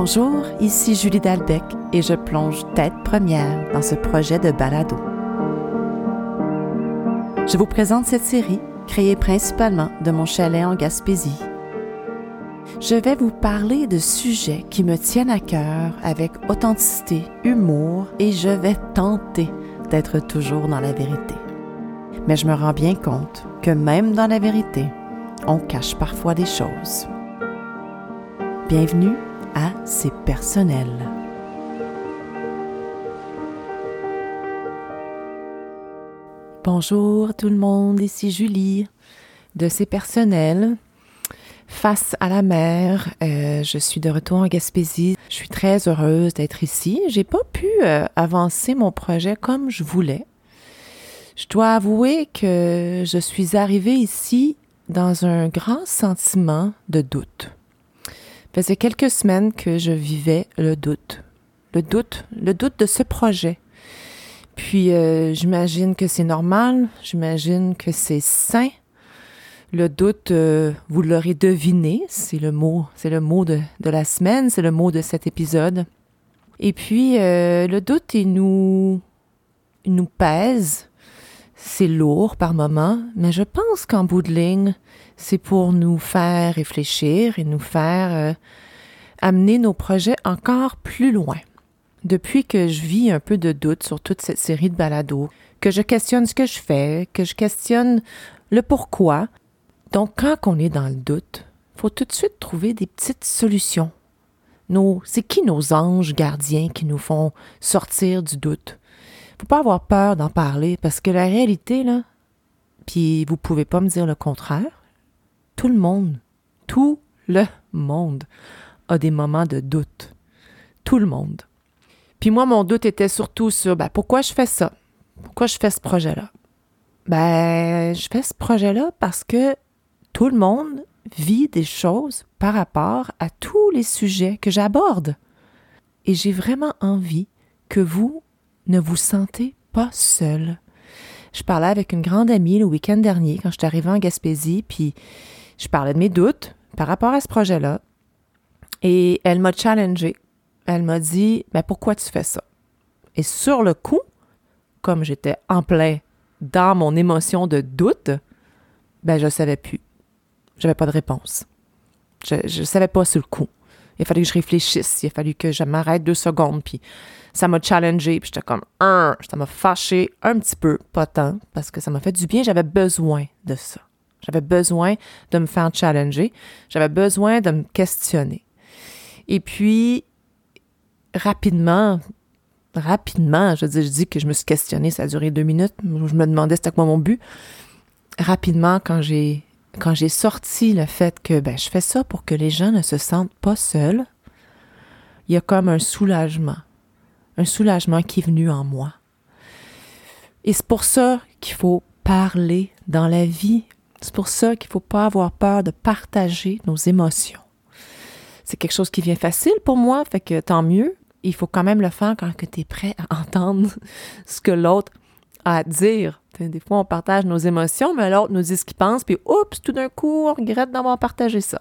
Bonjour, ici Julie Dalbec et je plonge tête première dans ce projet de balado. Je vous présente cette série créée principalement de mon chalet en Gaspésie. Je vais vous parler de sujets qui me tiennent à cœur avec authenticité, humour et je vais tenter d'être toujours dans la vérité. Mais je me rends bien compte que même dans la vérité, on cache parfois des choses. Bienvenue à C'est personnel. Bonjour tout le monde, ici Julie de C'est personnel. Face à la mer, je suis de retour en Gaspésie. Je suis très heureuse d'être ici. J'ai pas pu avancer mon projet comme je voulais. Je dois avouer que je suis arrivée ici dans un grand sentiment de doute. Ça faisait quelques semaines que je vivais le doute de ce projet. Puis j'imagine que c'est normal, j'imagine que c'est sain. Le doute, vous l'aurez deviné, c'est le mot de la semaine, c'est le mot de cet épisode. Et puis le doute, il nous pèse. C'est lourd par moments, mais je pense qu'en bout de ligne, c'est pour nous faire réfléchir et nous faire amener nos projets encore plus loin. Depuis que je vis un peu de doute sur toute cette série de balados, que je questionne ce que je fais, que je questionne le pourquoi. Donc, quand on est dans le doute, il faut tout de suite trouver des petites solutions. C'est qui nos anges gardiens qui nous font sortir du doute? Faut pas avoir peur d'en parler parce que la réalité, là, puis vous pouvez pas me dire le contraire, tout le monde a des moments de doute. Tout le monde. Puis moi, mon doute était surtout sur, pourquoi je fais ça? Pourquoi je fais ce projet-là? Je fais ce projet-là parce que tout le monde vit des choses par rapport à tous les sujets que j'aborde. Et j'ai vraiment envie que vous ne vous sentez pas seul. Je parlais avec une grande amie le week-end dernier quand je suis arrivée en Gaspésie, puis je parlais de mes doutes par rapport à ce projet-là. Et elle m'a challengée. Elle m'a dit, pourquoi tu fais ça? Et sur le coup, comme j'étais en plein dans mon émotion de doute, je savais plus. J'avais pas de réponse. Je savais pas sur le coup. Il a fallu que je réfléchisse. Il a fallu que je m'arrête 2 secondes. Puis ça m'a challengée. Puis j'étais comme, ça m'a fâchée un petit peu, pas tant, parce que ça m'a fait du bien. J'avais besoin de ça. J'avais besoin de me faire challenger. J'avais besoin de me questionner. Et puis, rapidement, je dis que je me suis questionnée, ça a duré 2 minutes. Je me demandais c'était quoi mon but. Rapidement, quand j'ai sorti le fait que je fais ça pour que les gens ne se sentent pas seuls, il y a comme un soulagement qui est venu en moi. Et c'est pour ça qu'il faut parler dans la vie. C'est pour ça qu'il ne faut pas avoir peur de partager nos émotions. C'est quelque chose qui vient facile pour moi, fait que tant mieux. Il faut quand même le faire quand tu es prêt à entendre ce que l'autre a à dire. Des fois, on partage nos émotions, mais l'autre nous dit ce qu'il pense, puis oups, tout d'un coup, on regrette d'avoir partagé ça.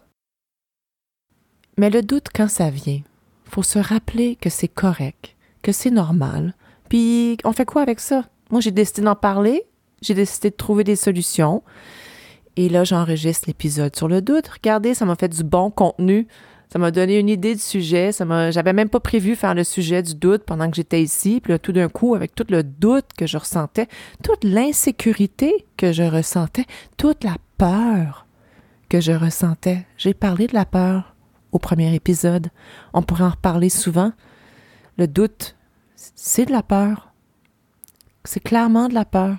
Mais le doute, quand ça vient, il faut se rappeler que c'est correct, que c'est normal. Puis, on fait quoi avec ça? Moi, j'ai décidé d'en parler, j'ai décidé de trouver des solutions. Et là, j'enregistre l'épisode sur le doute. Regardez, ça m'a fait du bon contenu. Ça m'a donné une idée du sujet. J'avais même pas prévu faire le sujet du doute pendant que j'étais ici. Puis là, tout d'un coup, avec tout le doute que je ressentais, toute l'insécurité que je ressentais, toute la peur que je ressentais. J'ai parlé de la peur au premier épisode. On pourrait en reparler souvent. Le doute, c'est de la peur. C'est clairement de la peur.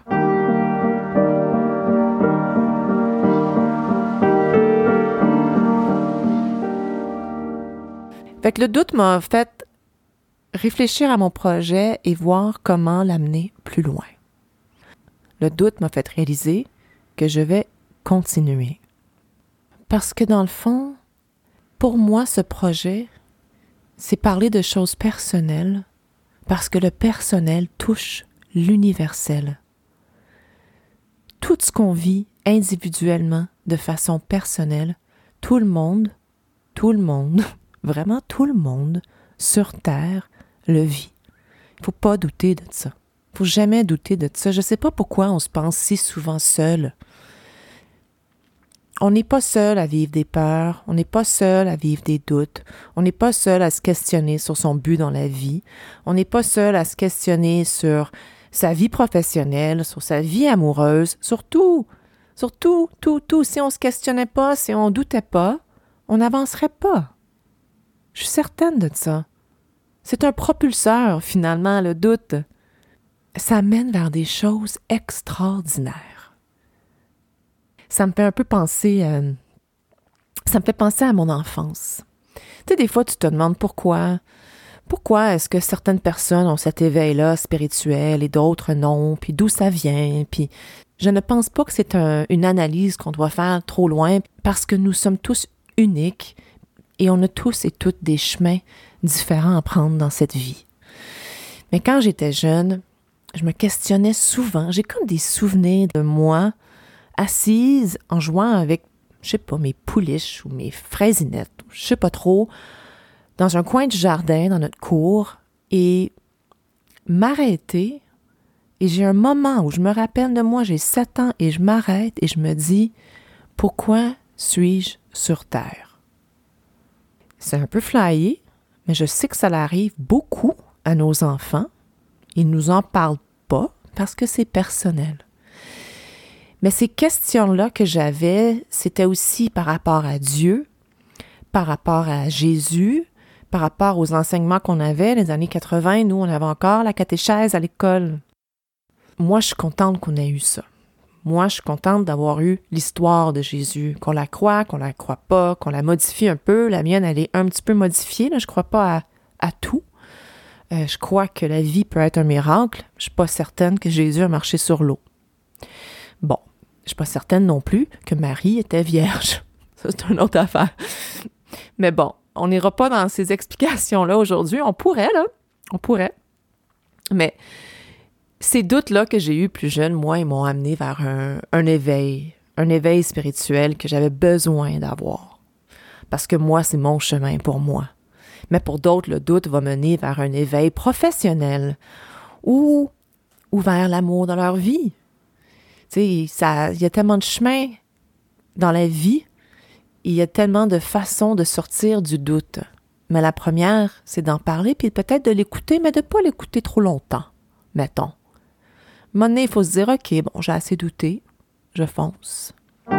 Fait que le doute m'a fait réfléchir à mon projet et voir comment l'amener plus loin. Le doute m'a fait réaliser que je vais continuer. Parce que dans le fond, pour moi, ce projet, c'est parler de choses personnelles, parce que le personnel touche l'universel. Tout ce qu'on vit individuellement, de façon personnelle, tout le monde vraiment tout le monde sur Terre le vit. Il ne faut pas douter de ça. Il ne faut jamais douter de ça. Je ne sais pas pourquoi on se pense si souvent seul. On n'est pas seul à vivre des peurs, on n'est pas seul à vivre des doutes, on n'est pas seul à se questionner sur son but dans la vie, on n'est pas seul à se questionner sur sa vie professionnelle, sur sa vie amoureuse, sur tout. Si on se questionnait pas, si on doutait pas, on n'avancerait pas. Je suis certaine de ça. C'est un propulseur, finalement, le doute. Ça mène vers des choses extraordinaires. Ça me fait un peu penser à mon enfance. Tu sais, des fois, tu te demandes pourquoi est-ce que certaines personnes ont cet éveil-là spirituel et d'autres non, puis d'où ça vient, puis je ne pense pas que c'est une analyse qu'on doit faire trop loin parce que nous sommes tous uniques et on a tous et toutes des chemins différents à prendre dans cette vie. Mais quand j'étais jeune, je me questionnais souvent, j'ai comme des souvenirs de moi assise en jouant avec, je sais pas, mes pouliches ou mes fraisinettes, je sais pas trop, dans un coin du jardin, dans notre cour, et m'arrêter, et j'ai un moment où je me rappelle de moi, j'ai 7 ans, et je m'arrête et je me dis, pourquoi suis-je sur Terre? C'est un peu flyé, mais je sais que ça arrive beaucoup à nos enfants. Ils nous en parlent pas parce que c'est personnel. Mais ces questions-là que j'avais, c'était aussi par rapport à Dieu, par rapport à Jésus, par rapport aux enseignements qu'on avait, les années 80, nous, on avait encore la catéchèse à l'école. Moi, je suis contente qu'on ait eu ça. Moi, je suis contente d'avoir eu l'histoire de Jésus, qu'on la croit pas, qu'on la modifie un peu. La mienne, elle est un petit peu modifiée, là. Je crois pas à tout. Je crois que la vie peut être un miracle. Je suis pas certaine que Jésus a marché sur l'eau. Bon, je suis pas certaine non plus que Marie était vierge. Ça, c'est une autre affaire. Mais bon, on n'ira pas dans ces explications-là aujourd'hui. On pourrait. Mais ces doutes-là que j'ai eus plus jeune, moi, ils m'ont amené vers un éveil spirituel que j'avais besoin d'avoir. Parce que moi, c'est mon chemin pour moi. Mais pour d'autres, le doute va mener vers un éveil professionnel ou vers l'amour dans leur vie. Tu sais, il y a tellement de chemins dans la vie, il y a tellement de façons de sortir du doute. Mais la première, c'est d'en parler, puis peut-être de l'écouter, mais de ne pas l'écouter trop longtemps, mettons. À un moment donné, il faut se dire, OK, bon, j'ai assez douté, je fonce.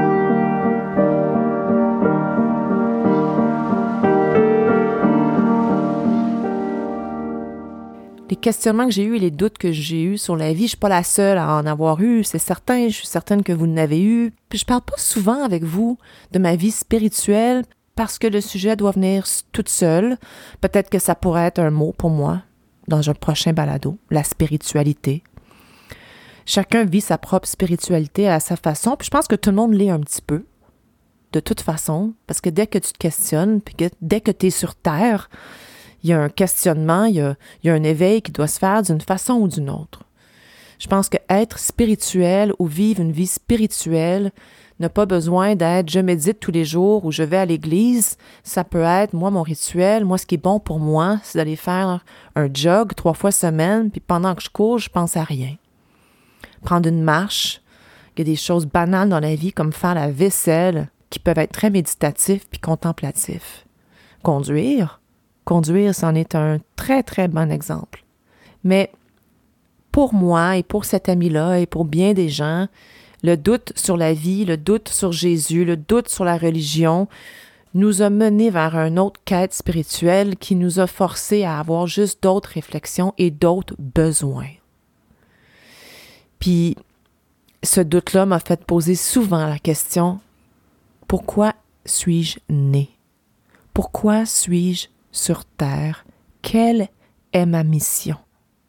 Les questionnements que j'ai eus et les doutes que j'ai eus sur la vie, je suis pas la seule à en avoir eu, c'est certain, je suis certaine que vous en avez eu. Puis je parle pas souvent avec vous de ma vie spirituelle parce que le sujet doit venir toute seule. Peut-être que ça pourrait être un mot pour moi dans un prochain balado, la spiritualité. Chacun vit sa propre spiritualité à sa façon, puis je pense que tout le monde l'est un petit peu, de toute façon, parce que dès que tu te questionnes, puis dès que tu es sur Terre, il y a un questionnement, il y a un éveil qui doit se faire d'une façon ou d'une autre. Je pense que être spirituel ou vivre une vie spirituelle n'a pas besoin d'être « je médite tous les jours » ou « je vais à l'église ». Ça peut être, moi, mon rituel, moi, ce qui est bon pour moi, c'est d'aller faire un jog 3 fois semaine, puis pendant que je cours, je pense à rien. Prendre une marche, il y a des choses banales dans la vie, comme faire la vaisselle, qui peuvent être très méditatifs puis contemplatifs. Conduire, c'en est un très, très bon exemple. Mais pour moi et pour cet ami-là et pour bien des gens, le doute sur la vie, le doute sur Jésus, le doute sur la religion nous a menés vers une autre quête spirituelle qui nous a forcés à avoir juste d'autres réflexions et d'autres besoins. Puis, ce doute-là m'a fait poser souvent la question « Pourquoi suis-je né? Pourquoi suis-je sur Terre? Quelle est ma mission? »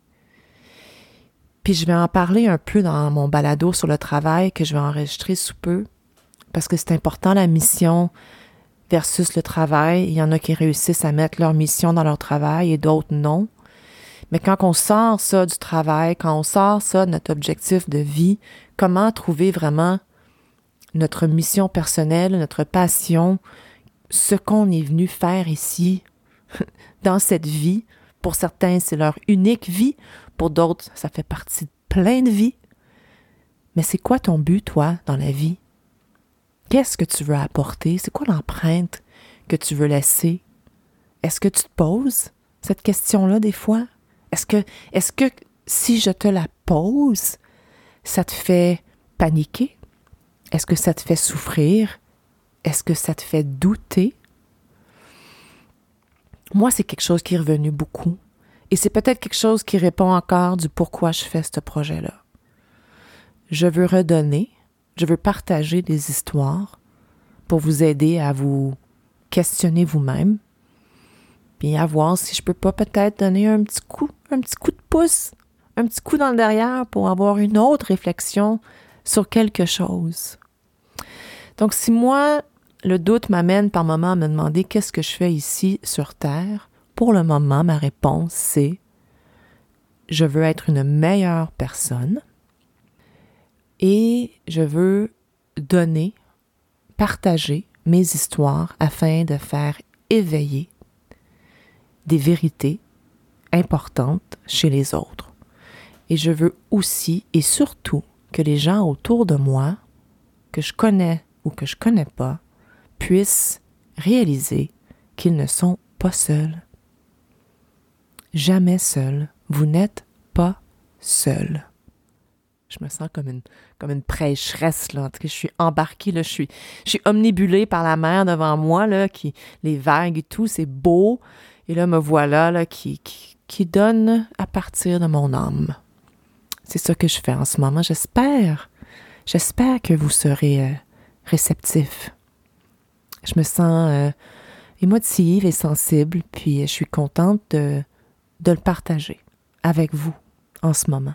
Puis je vais en parler un peu dans mon balado sur le travail que je vais enregistrer sous peu, parce que c'est important la mission versus le travail. Il y en a qui réussissent à mettre leur mission dans leur travail et d'autres non. Mais quand on sort ça du travail, quand on sort ça de notre objectif de vie, comment trouver vraiment notre mission personnelle, notre passion, ce qu'on est venu faire ici dans cette vie. Pour certains, c'est leur unique vie. Pour d'autres, ça fait partie de plein de vies. Mais c'est quoi ton but, toi, dans la vie? Qu'est-ce que tu veux apporter? C'est quoi l'empreinte que tu veux laisser? Est-ce que tu te poses cette question-là des fois? Est-ce que si je te la pose, ça te fait paniquer? Est-ce que ça te fait souffrir? Est-ce que ça te fait douter? Moi, c'est quelque chose qui est revenu beaucoup. Et c'est peut-être quelque chose qui répond encore du pourquoi je fais ce projet-là. Je veux redonner, je veux partager des histoires pour vous aider à vous questionner vous-même, puis à voir si je peux pas peut-être donner un petit coup de pouce, un petit coup dans le derrière pour avoir une autre réflexion sur quelque chose. Donc, si moi, le doute m'amène par moments à me demander qu'est-ce que je fais ici sur Terre, pour le moment, ma réponse, c'est je veux être une meilleure personne et je veux donner, partager mes histoires afin de faire éveiller des vérités importantes chez les autres. Et je veux aussi et surtout que les gens autour de moi, que je connais ou que je connais pas, puissent réaliser qu'ils ne sont pas seuls. Jamais seuls. Vous n'êtes pas seuls. Je me sens comme une prêcheresse, là. En tout cas, je suis embarquée, là. Je suis omnibulée par la mer devant moi, là, les vagues et tout, c'est beau. Et là, me voilà, là, qui donne à partir de mon âme. C'est ça que je fais en ce moment. J'espère que vous serez réceptifs. Je me sens émotive et sensible, puis je suis contente de le partager avec vous en ce moment.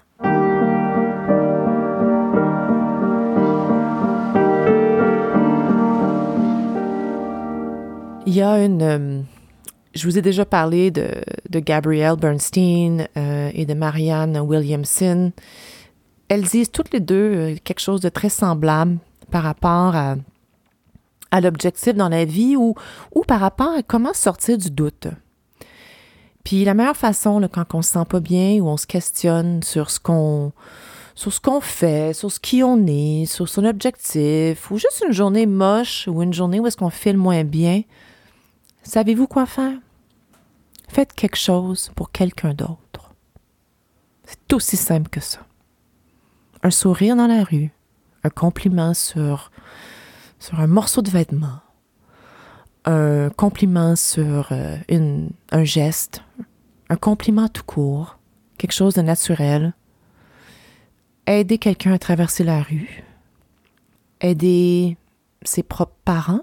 Il y a je vous ai déjà parlé de Gabrielle Bernstein et de Marianne Williamson. Elles disent toutes les deux quelque chose de très semblable par rapport à l'objectif dans la vie ou par rapport à comment sortir du doute. Puis la meilleure façon, là, quand on se sent pas bien ou on se questionne sur ce qu'on fait, sur ce qui on est, sur son objectif, ou juste une journée moche ou une journée où est-ce qu'on file moins bien, savez-vous quoi faire? Faites quelque chose pour quelqu'un d'autre. C'est aussi simple que ça. Un sourire dans la rue, un compliment sur un morceau de vêtement, un compliment sur un geste, un compliment tout court, quelque chose de naturel. Aider quelqu'un à traverser la rue, aider ses propres parents,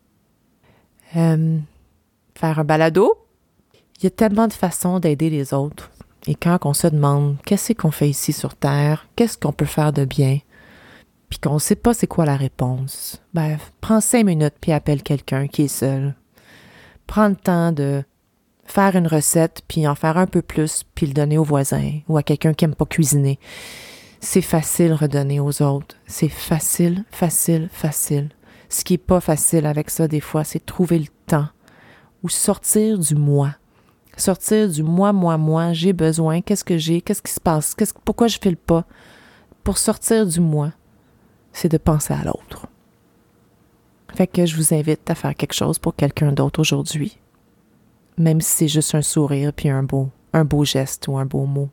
faire un balado. Il y a tellement de façons d'aider les autres. Et quand on se demande qu'est-ce qu'on fait ici sur Terre, qu'est-ce qu'on peut faire de bien, puis qu'on ne sait pas c'est quoi la réponse, ben, prends 5 minutes puis appelle quelqu'un qui est seul. Prends le temps de faire une recette puis en faire un peu plus puis le donner au voisin ou à quelqu'un qui n'aime pas cuisiner. C'est facile redonner aux autres. C'est facile, facile, facile. Ce qui n'est pas facile avec ça des fois, c'est trouver le temps ou sortir du moi. Sortir du moi, j'ai besoin, qu'est-ce que j'ai, qu'est-ce qui se passe, pourquoi je file pas. Pour sortir du moi, c'est de penser à l'autre. Fait que je vous invite à faire quelque chose pour quelqu'un d'autre aujourd'hui. Même si c'est juste un sourire puis un beau geste ou un beau mot.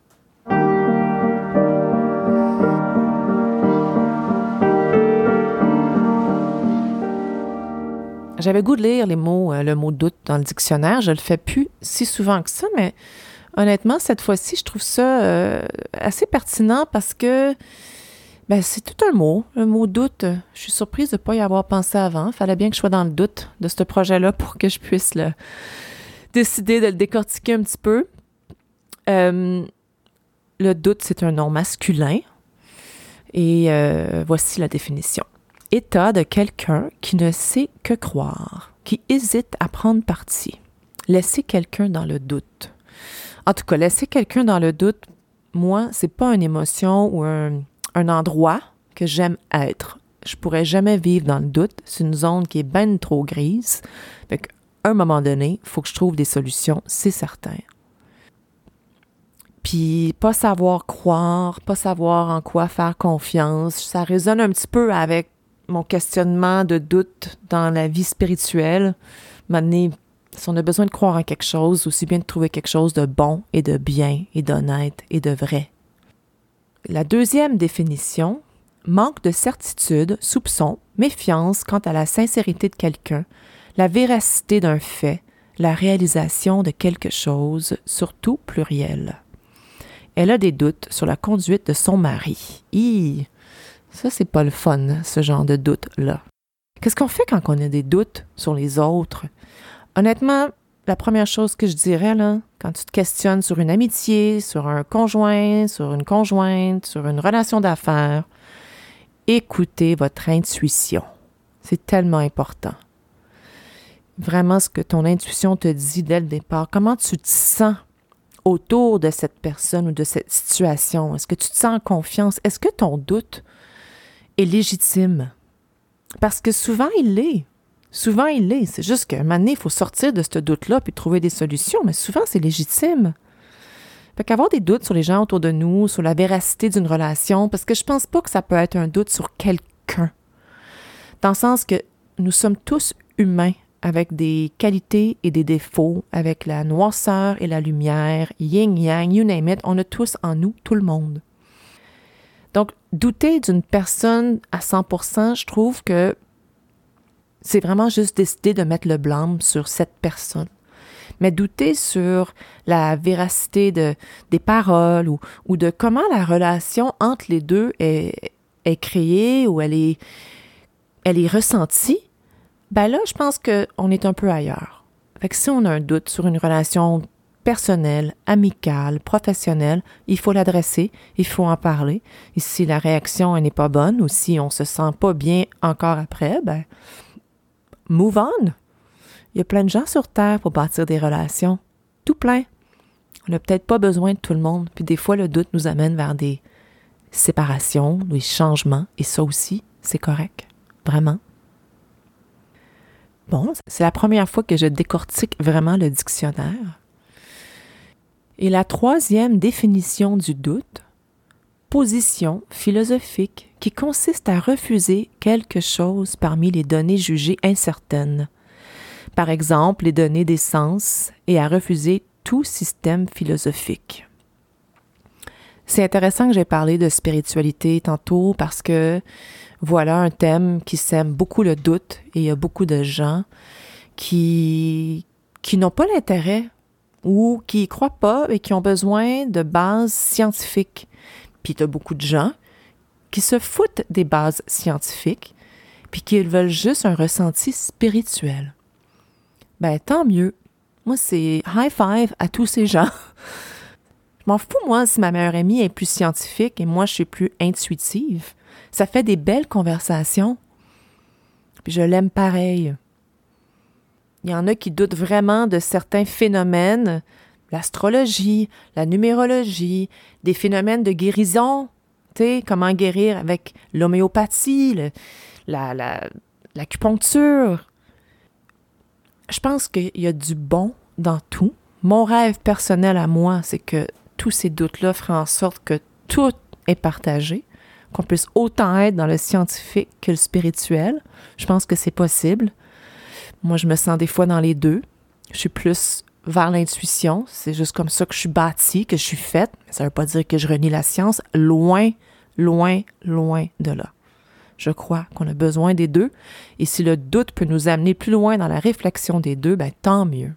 J'avais goût de lire le mot doute dans le dictionnaire. Je le fais plus si souvent que ça, mais honnêtement, cette fois-ci, je trouve ça assez pertinent parce que c'est tout un mot, le mot doute. Je suis surprise de ne pas y avoir pensé avant. Il fallait bien que je sois dans le doute de ce projet-là pour que je puisse décider de le décortiquer un petit peu. Le doute, c'est un nom masculin. Et voici la définition. État de quelqu'un qui ne sait que croire, qui hésite à prendre parti. Laisser quelqu'un dans le doute. En tout cas, laisser quelqu'un dans le doute, moi, c'est pas une émotion ou un endroit que j'aime être. Je pourrais jamais vivre dans le doute. C'est une zone qui est ben trop grise. Fait que à un moment donné, il faut que je trouve des solutions, c'est certain. Puis pas savoir croire, pas savoir en quoi faire confiance, ça résonne un petit peu avec mon questionnement de doute dans la vie spirituelle. Maintenant, si on a besoin de croire en quelque chose, aussi bien de trouver quelque chose de bon et de bien et d'honnête et de vrai. La deuxième définition, manque de certitude, soupçon, méfiance quant à la sincérité de quelqu'un, la véracité d'un fait, la réalisation de quelque chose, surtout pluriel. Elle a des doutes sur la conduite de son mari. Ça, c'est pas le fun, ce genre de doute-là. Qu'est-ce qu'on fait quand on a des doutes sur les autres? Honnêtement, la première chose que je dirais, là, quand tu te questionnes sur une amitié, sur un conjoint, sur une conjointe, sur une relation d'affaires, écoutez votre intuition. C'est tellement important. Vraiment, ce que ton intuition te dit dès le départ, comment tu te sens autour de cette personne ou de cette situation? Est-ce que tu te sens en confiance? Est-ce que ton doute est légitime? Parce que souvent, il l'est. Souvent, il l'est. C'est juste qu'à un moment donné, il faut sortir de ce doute-là puis trouver des solutions, mais souvent, c'est légitime. Fait qu'avoir des doutes sur les gens autour de nous, sur la véracité d'une relation, parce que je pense pas que ça peut être un doute sur quelqu'un. Dans le sens que nous sommes tous humains, avec des qualités et des défauts, avec la noirceur et la lumière, yin-yang, you name it, on a tous en nous, tout le monde. Donc, douter d'une personne à 100%, je trouve que c'est vraiment juste décider de mettre le blâme sur cette personne. Mais douter sur la véracité des paroles ou de comment la relation entre les deux est créée ou elle est ressentie, ben là, je pense qu'on est un peu ailleurs. Fait que si on a un doute sur une relation personnelle, amicale, professionnelle, il faut l'adresser, il faut en parler. Et si la réaction n'est pas bonne ou si on se sent pas bien encore après, ben move on. Il y a plein de gens sur Terre pour bâtir des relations. Tout plein. On n'a peut-être pas besoin de tout le monde. Puis des fois, le doute nous amène vers des séparations, des changements. Et ça aussi, c'est correct. Vraiment. Bon, c'est la première fois que je décortique vraiment le dictionnaire. Et la troisième définition du doute, position philosophique qui consiste à refuser quelque chose parmi les données jugées incertaines. Par exemple, les données des sens et à refuser tout système philosophique. C'est intéressant que j'ai parlé de spiritualité tantôt parce que voilà un thème qui sème beaucoup le doute et il y a beaucoup de gens qui n'ont pas l'intérêt ou qui y croient pas et qui ont besoin de bases scientifiques. Puis il y a beaucoup de gens qui se foutent des bases scientifiques puis qui veulent juste un ressenti spirituel. Ben tant mieux. Moi, c'est high five à tous ces gens. Je m'en fous, moi, si ma meilleure amie est plus scientifique et moi, je suis plus intuitive. Ça fait des belles conversations. Puis je l'aime pareil. Il y en a qui doutent vraiment de certains phénomènes, l'astrologie, la numérologie, des phénomènes de guérison, tu sais, comment guérir avec l'homéopathie, l'acupuncture. Je pense qu'il y a du bon dans tout. Mon rêve personnel à moi, c'est que tous ces doutes-là feraient en sorte que tout est partagé, qu'on puisse autant être dans le scientifique que le spirituel. Je pense que c'est possible. Moi, je me sens des fois dans les deux. Je suis plus vers l'intuition. C'est juste comme ça que je suis bâtie, que je suis faite. Ça ne veut pas dire que je renie la science. Loin, loin, loin de là. Je crois qu'on a besoin des deux. Et si le doute peut nous amener plus loin dans la réflexion des deux, ben tant mieux.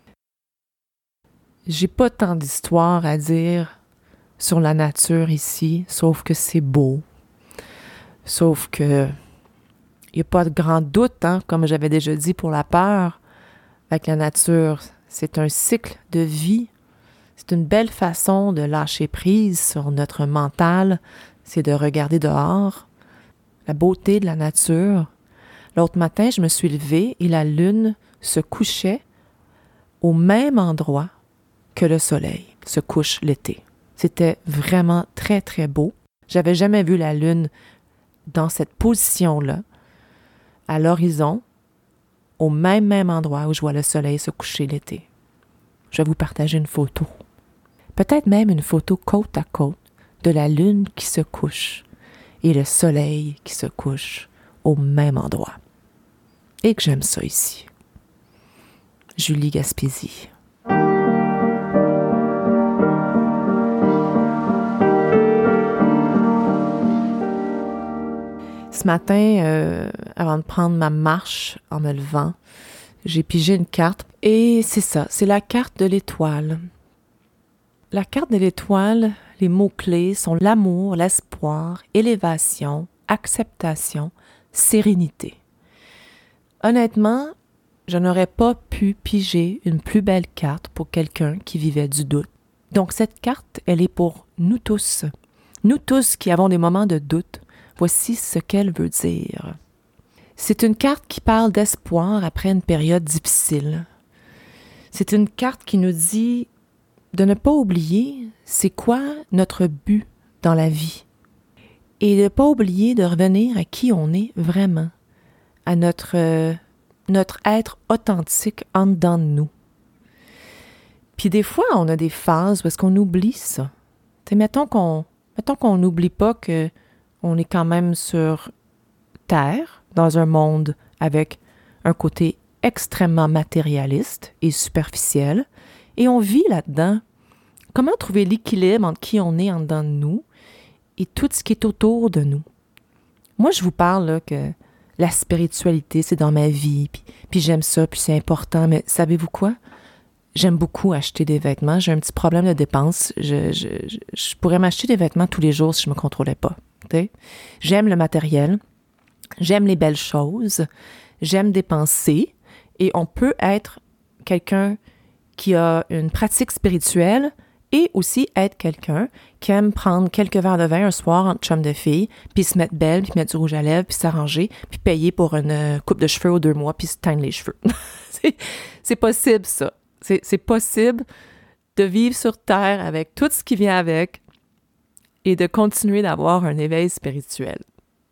J'ai pas tant d'histoires à dire sur la nature ici, sauf que c'est beau. Sauf que il n'y a pas de grand doute, hein, comme j'avais déjà dit pour la peur, avec la nature. C'est un cycle de vie. C'est une belle façon de lâcher prise sur notre mental. C'est de regarder dehors, la beauté de la nature. L'autre matin, je me suis levée et la lune se couchait au même endroit que le soleil se couche l'été. C'était vraiment très, très beau. J'avais jamais vu la lune dans cette position-là, à l'horizon, au même endroit où je vois le soleil se coucher l'été. Je vais vous partager une photo. Peut-être même une photo côte à côte de la lune qui se couche et le soleil qui se couche au même endroit. Et que j'aime ça ici. Julie Gaspésie. Ce matin, avant de prendre ma marche en me levant, j'ai pigé une carte et c'est ça, c'est la carte de l'étoile. La carte de l'étoile, les mots-clés sont l'amour, l'espoir, élévation, acceptation, sérénité. Honnêtement, je n'aurais pas pu piger une plus belle carte pour quelqu'un qui vivait du doute. Donc cette carte, elle est pour nous tous. Nous tous qui avons des moments de doute. Voici ce qu'elle veut dire. C'est une carte qui parle d'espoir après une période difficile. C'est une carte qui nous dit de ne pas oublier c'est quoi notre but dans la vie et de ne pas oublier de revenir à qui on est vraiment, à notre être authentique en dedans de nous. Puis des fois, on a des phases où est-ce qu'on oublie ça. Mettons qu'on n'oublie pas que on est quand même sur Terre, dans un monde avec un côté extrêmement matérialiste et superficiel, et on vit là-dedans. Comment trouver l'équilibre entre qui on est en dedans de nous et tout ce qui est autour de nous? Moi, je vous parle là, que la spiritualité, c'est dans ma vie, puis j'aime ça, puis c'est important, mais savez-vous quoi? J'aime beaucoup acheter des vêtements. J'ai un petit problème de dépense. Je pourrais m'acheter des vêtements tous les jours si je me contrôlais pas. Okay? J'aime le matériel. J'aime les belles choses. J'aime dépenser. Et on peut être quelqu'un qui a une pratique spirituelle et aussi être quelqu'un qui aime prendre quelques verres de vin un soir entre chums de filles, puis se mettre belle, puis mettre du rouge à lèvres, puis s'arranger, puis payer pour une coupe de cheveux aux 2 mois, puis se teindre les cheveux. C'est possible, ça. C'est possible de vivre sur Terre avec tout ce qui vient avec et de continuer d'avoir un éveil spirituel.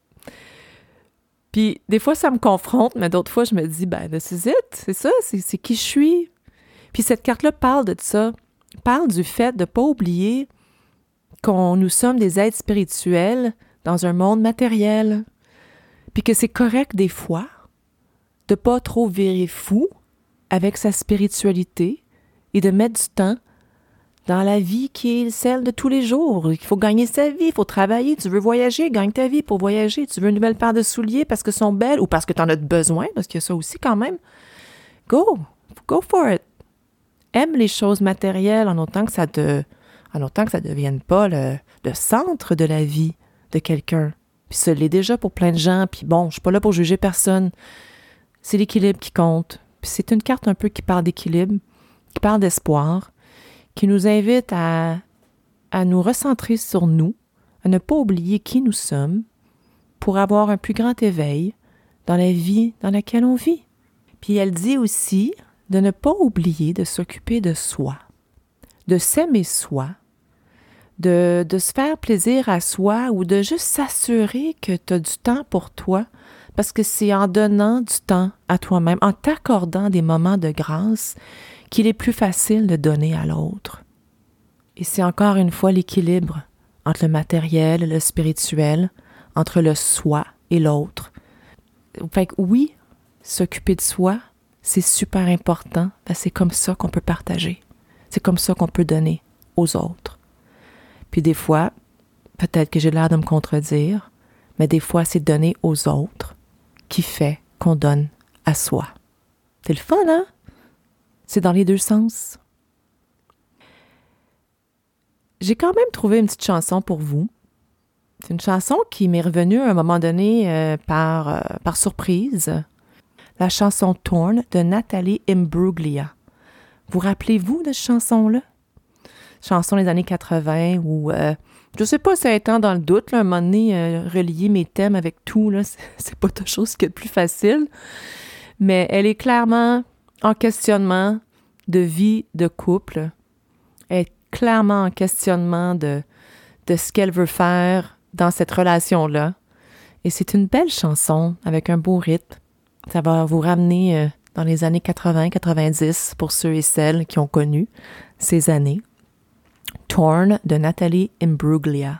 Puis, des fois, ça me confronte, mais d'autres fois, je me dis, this is it, c'est ça, c'est qui je suis. Puis cette carte-là parle de ça, parle du fait de ne pas oublier qu'on nous sommes des êtres spirituels dans un monde matériel, puis que c'est correct des fois de ne pas trop virer fou avec sa spiritualité et de mettre du temps dans la vie qui est celle de tous les jours. Il faut gagner sa vie, il faut travailler. Tu veux voyager, gagne ta vie pour voyager. Tu veux une nouvelle paire de souliers parce que sont belles ou parce que tu en as besoin, parce qu'il y a ça aussi quand même. Go for it. Aime les choses matérielles en autant que ça devienne pas le centre de la vie de quelqu'un. Puis ça l'est déjà pour plein de gens. Puis bon, je suis pas là pour juger personne. C'est l'équilibre qui compte. Puis c'est une carte un peu qui parle d'équilibre, qui parle d'espoir, qui nous invite à nous recentrer sur nous, à ne pas oublier qui nous sommes pour avoir un plus grand éveil dans la vie dans laquelle on vit. Puis elle dit aussi de ne pas oublier de s'occuper de soi, de s'aimer soi, de se faire plaisir à soi ou de juste s'assurer que tu as du temps pour toi. Parce que c'est en donnant du temps à toi-même, en t'accordant des moments de grâce, qu'il est plus facile de donner à l'autre. Et c'est encore une fois l'équilibre entre le matériel et le spirituel, entre le soi et l'autre. Fait que oui, s'occuper de soi, c'est super important, parce que c'est comme ça qu'on peut partager. C'est comme ça qu'on peut donner aux autres. Puis des fois, peut-être que j'ai l'air de me contredire, mais des fois, c'est donner aux autres qui fait qu'on donne à soi. C'est le fun, hein? C'est dans les deux sens. J'ai quand même trouvé une petite chanson pour vous. C'est une chanson qui m'est revenue à un moment donné par surprise. La chanson Torn de Nathalie Imbruglia. Vous rappelez-vous de cette chanson-là? Chanson des années 80 où, je sais pas si étant dans le doute, là, à un moment donné, relier mes thèmes avec tout, là, c'est pas toujours ce qui est le plus facile. Mais elle est clairement en questionnement de vie de couple. Elle est clairement en questionnement de ce qu'elle veut faire dans cette relation-là. Et c'est une belle chanson avec un beau rythme. Ça va vous ramener dans les années 80-90 pour ceux et celles qui ont connu ces années. Torn de Nathalie Imbruglia.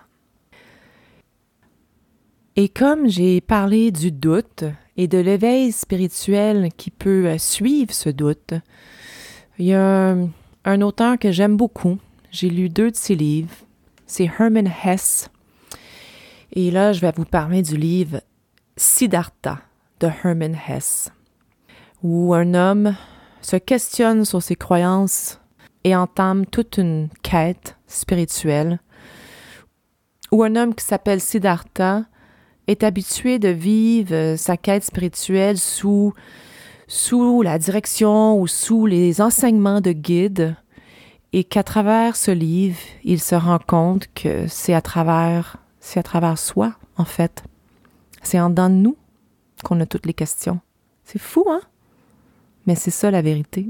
Et comme j'ai parlé du doute et de l'éveil spirituel qui peut suivre ce doute, il y a un auteur que j'aime beaucoup. J'ai lu 2 de ses livres. C'est Hermann Hesse. Et là, je vais vous parler du livre Siddhartha de Hermann Hesse, où un homme se questionne sur ses croyances et entame toute une quête spirituelle, où un homme qui s'appelle Siddhartha est habitué de vivre sa quête spirituelle sous la direction ou sous les enseignements de guides, et qu'à travers ce livre, il se rend compte que c'est à travers soi, en fait. C'est en dedans de nous qu'on a toutes les questions. C'est fou, hein? Mais c'est ça la vérité.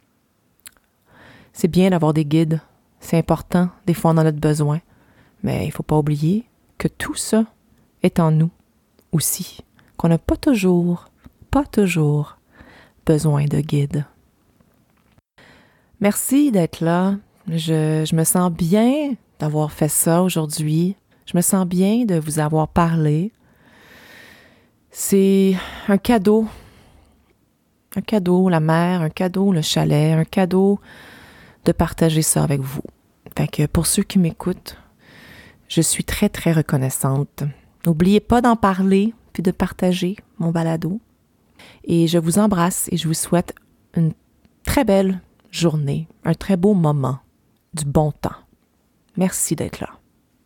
C'est bien d'avoir des guides. C'est important, des fois on en a besoin. Mais il ne faut pas oublier que tout ça est en nous aussi. Qu'on n'a pas toujours besoin de guides. Merci d'être là. Je me sens bien d'avoir fait ça aujourd'hui. Je me sens bien de vous avoir parlé. C'est un cadeau. Un cadeau, la mer, un cadeau, le chalet, un cadeau de partager ça avec vous. Fait que pour ceux qui m'écoutent, je suis très, très reconnaissante. N'oubliez pas d'en parler puis de partager mon balado. Et je vous embrasse et je vous souhaite une très belle journée, un très beau moment, du bon temps. Merci d'être là.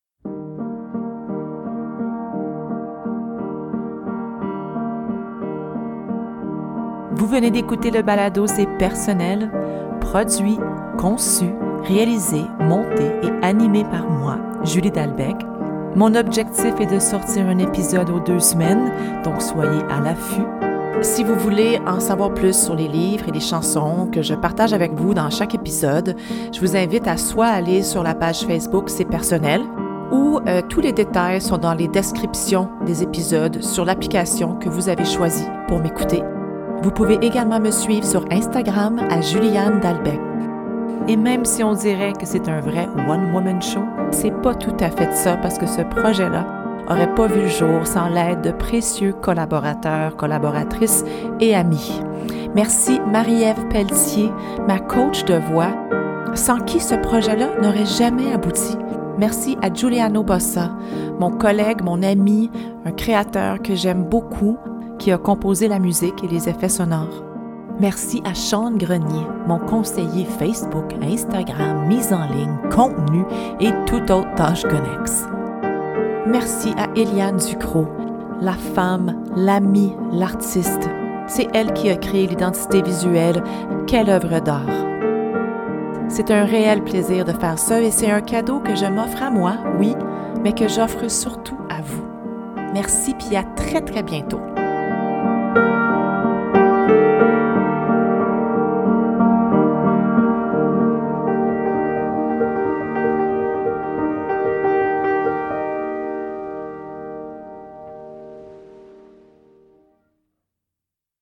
Vous venez d'écouter le balado C'est personnel, produit, conçu, réalisé, monté et animé par moi, Julie Dalbec. Mon objectif est de sortir un épisode aux 2 semaines, donc soyez à l'affût. Si vous voulez en savoir plus sur les livres et les chansons que je partage avec vous dans chaque épisode, je vous invite à soit aller sur la page Facebook C'est personnel, ou tous les détails sont dans les descriptions des épisodes sur l'application que vous avez choisie pour m'écouter. Vous pouvez également me suivre sur Instagram à Juliane Dalbec. Et même si on dirait que c'est un vrai one-woman show, c'est pas tout à fait ça parce que ce projet-là n'aurait pas vu le jour sans l'aide de précieux collaborateurs, collaboratrices et amis. Merci Marie-Ève Pelletier, ma coach de voix, sans qui ce projet-là n'aurait jamais abouti. Merci à Giuliano Bossa, mon collègue, mon ami, un créateur que j'aime beaucoup, qui a composé la musique et les effets sonores. Merci à Sean Grenier, mon conseiller Facebook, Instagram, mise en ligne, contenu et toute autre tâche connexe. Merci à Eliane Ducrot, la femme, l'amie, l'artiste. C'est elle qui a créé l'identité visuelle. Quelle œuvre d'art! C'est un réel plaisir de faire ça et c'est un cadeau que je m'offre à moi, oui, mais que j'offre surtout à vous. Merci puis à très très bientôt.